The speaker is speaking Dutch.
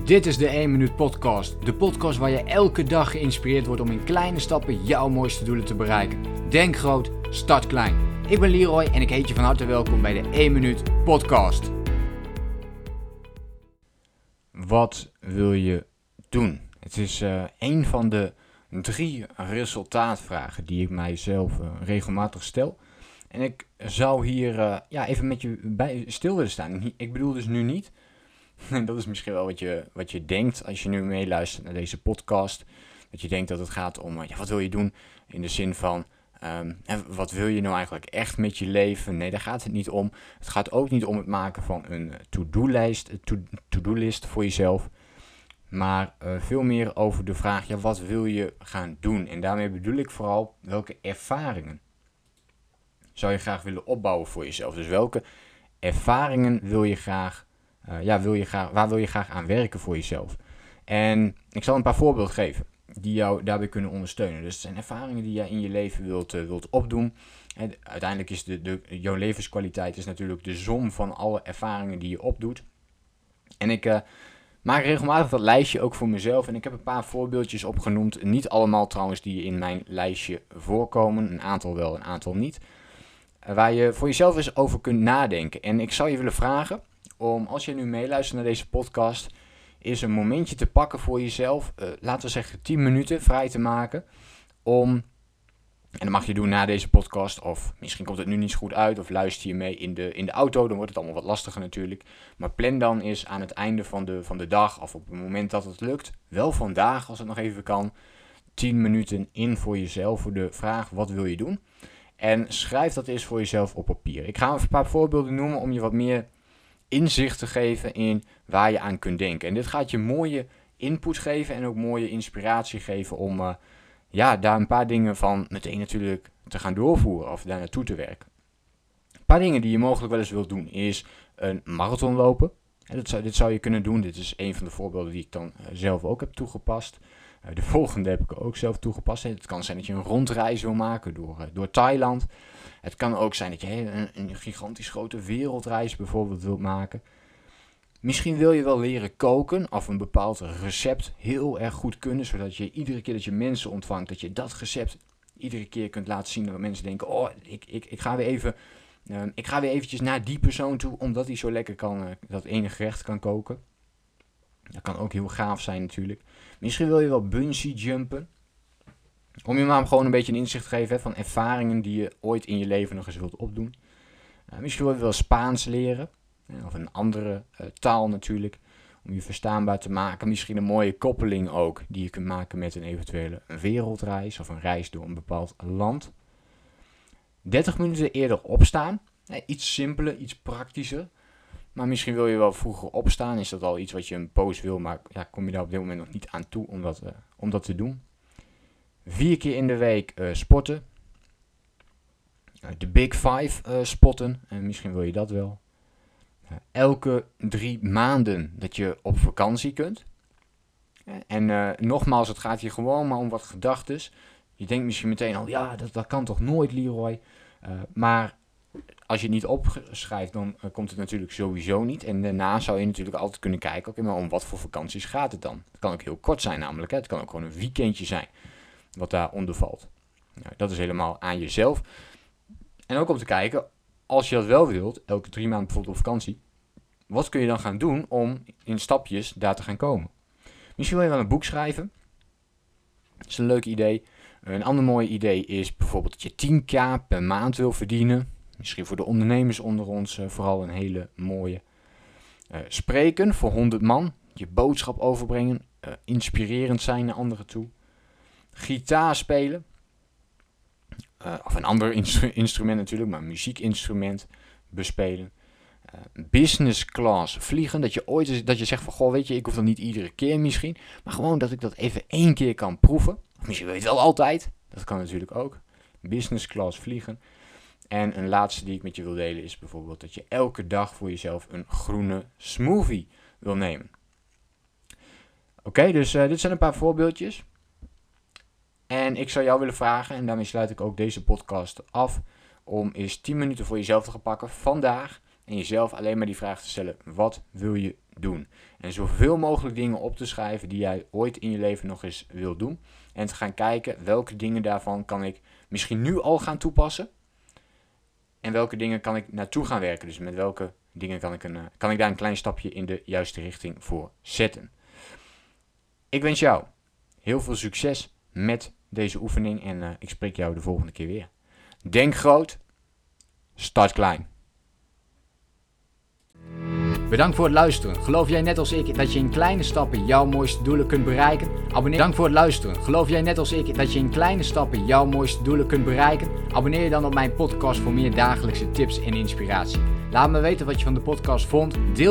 Dit is de 1 Minuut Podcast. De podcast waar je elke dag geïnspireerd wordt om in kleine stappen jouw mooiste doelen te bereiken. Denk groot, start klein. Ik ben Leroy en ik heet je van harte welkom bij de 1 Minuut Podcast. Wat wil je doen? Het is een van de 3 resultaatvragen die ik mijzelf regelmatig stel. En ik zou hier even met je bij stil willen staan. Ik bedoel dus nu niet, en dat is misschien wel wat je denkt als je nu meeluistert naar deze podcast. Dat je denkt dat het gaat om, wat wil je doen in de zin van, wat wil je nou eigenlijk echt met je leven? Nee, daar gaat het niet om. Het gaat ook niet om het maken van een to-do-list voor jezelf. Maar veel meer over de vraag, wat wil je gaan doen? En daarmee bedoel ik vooral, welke ervaringen zou je graag willen opbouwen voor jezelf? Dus welke ervaringen wil je graag, waar wil je graag aan werken voor jezelf? En ik zal een paar voorbeelden geven die jou daarbij kunnen ondersteunen. Dus het zijn ervaringen die jij in je leven wilt opdoen. En uiteindelijk is jouw levenskwaliteit is natuurlijk de som van alle ervaringen die je opdoet. En ik maak regelmatig dat lijstje ook voor mezelf. En ik heb een paar voorbeeldjes opgenoemd. Niet allemaal trouwens die in mijn lijstje voorkomen. Een aantal wel, een aantal niet. Waar je voor jezelf eens over kunt nadenken. En ik zou je willen vragen om, als je nu meeluistert naar deze podcast, is een momentje te pakken voor jezelf. Laten we zeggen 10 minuten vrij te maken. En dat mag je doen na deze podcast. Of misschien komt het nu niet zo goed uit. Of luister je mee in de auto. Dan wordt het allemaal wat lastiger natuurlijk. Maar plan dan eens aan het einde van de dag. Of op het moment dat het lukt. Wel vandaag als het nog even kan. 10 minuten in voor jezelf. Voor de vraag, wat wil je doen? En schrijf dat eens voor jezelf op papier. Ik ga een paar voorbeelden noemen om je wat meer inzicht te geven in waar je aan kunt denken. En dit gaat je mooie input geven en ook mooie inspiratie geven om daar een paar dingen van meteen natuurlijk te gaan doorvoeren of daar naartoe te werken. Een paar dingen die je mogelijk wel eens wilt doen is een marathon lopen. Dit zou je kunnen doen. Dit is een van de voorbeelden die ik dan zelf ook heb toegepast. De volgende heb ik ook zelf toegepast. Het kan zijn dat je een rondreis wil maken door Thailand. Het kan ook zijn dat je een gigantisch grote wereldreis bijvoorbeeld wilt maken. Misschien wil je wel leren koken of een bepaald recept heel erg goed kunnen. Zodat je iedere keer dat je mensen ontvangt, dat je dat recept iedere keer kunt laten zien. Dat mensen denken, ik ga weer eventjes naar die persoon toe, omdat hij zo lekker dat ene gerecht kan koken. Dat kan ook heel gaaf zijn natuurlijk. Misschien wil je wel bungee jumpen. Om je maar gewoon een beetje een inzicht te geven van ervaringen die je ooit in je leven nog eens wilt opdoen. Misschien wil je wel Spaans leren. Of een andere taal natuurlijk. Om je verstaanbaar te maken. Misschien een mooie koppeling ook die je kunt maken met een eventuele wereldreis. Of een reis door een bepaald land. 30 minuten eerder opstaan. Iets simpeler, iets praktischer. Maar misschien wil je wel vroeger opstaan. Is dat al iets wat je een poos wil, maar kom je daar op dit moment nog niet aan toe om dat te doen. 4 keer in de week sporten. De Big 5 spotten. Misschien wil je dat wel. Elke 3 maanden dat je op vakantie kunt. En nogmaals, het gaat hier gewoon maar om wat gedachtes. Je denkt misschien meteen al, dat kan toch nooit, Leroy. Maar als je het niet opschrijft, dan komt het natuurlijk sowieso niet. En daarna zou je natuurlijk altijd kunnen kijken, maar om wat voor vakanties gaat het dan? Het kan ook heel kort zijn namelijk. Het kan ook gewoon een weekendje zijn wat daaronder valt. Dat is helemaal aan jezelf. En ook om te kijken, als je dat wel wilt, elke 3 maanden bijvoorbeeld op vakantie, wat kun je dan gaan doen om in stapjes daar te gaan komen? Misschien wil je wel een boek schrijven. Dat is een leuk idee. Een ander mooi idee is bijvoorbeeld dat je 10k per maand wil verdienen. Misschien voor de ondernemers onder ons vooral een hele mooie. Spreken voor 100 man. Je boodschap overbrengen. Inspirerend zijn naar anderen toe. Gitaar spelen. Of een ander instrument natuurlijk, maar een muziekinstrument bespelen. Business class vliegen. Dat je zegt van, goh, weet je, ik hoef dat niet iedere keer misschien. Maar gewoon dat ik dat even 1 keer kan proeven. Of misschien wil je het wel altijd. Dat kan natuurlijk ook. Business class vliegen. En een laatste die ik met je wil delen is bijvoorbeeld dat je elke dag voor jezelf een groene smoothie wil nemen. Oké, dus dit zijn een paar voorbeeldjes. En ik zou jou willen vragen, en daarmee sluit ik ook deze podcast af, om eens 10 minuten voor jezelf te gaan pakken vandaag. En jezelf alleen maar die vraag te stellen, wat wil je doen. En zoveel mogelijk dingen op te schrijven die jij ooit in je leven nog eens wil doen. En te gaan kijken welke dingen daarvan kan ik misschien nu al gaan toepassen. En welke dingen kan ik naartoe gaan werken. Dus met welke dingen kan ik daar een klein stapje in de juiste richting voor zetten. Ik wens jou heel veel succes met deze oefening. En ik spreek jou de volgende keer weer. Denk groot. Start klein. Bedankt voor het luisteren. Geloof jij net als ik dat je in kleine stappen jouw mooiste doelen kunt bereiken? Bedankt voor het luisteren. Geloof jij net als ik dat je in kleine stappen jouw mooiste doelen kunt bereiken? Abonneer je dan op mijn podcast voor meer dagelijkse tips en inspiratie. Laat me weten wat je van de podcast vond. Deel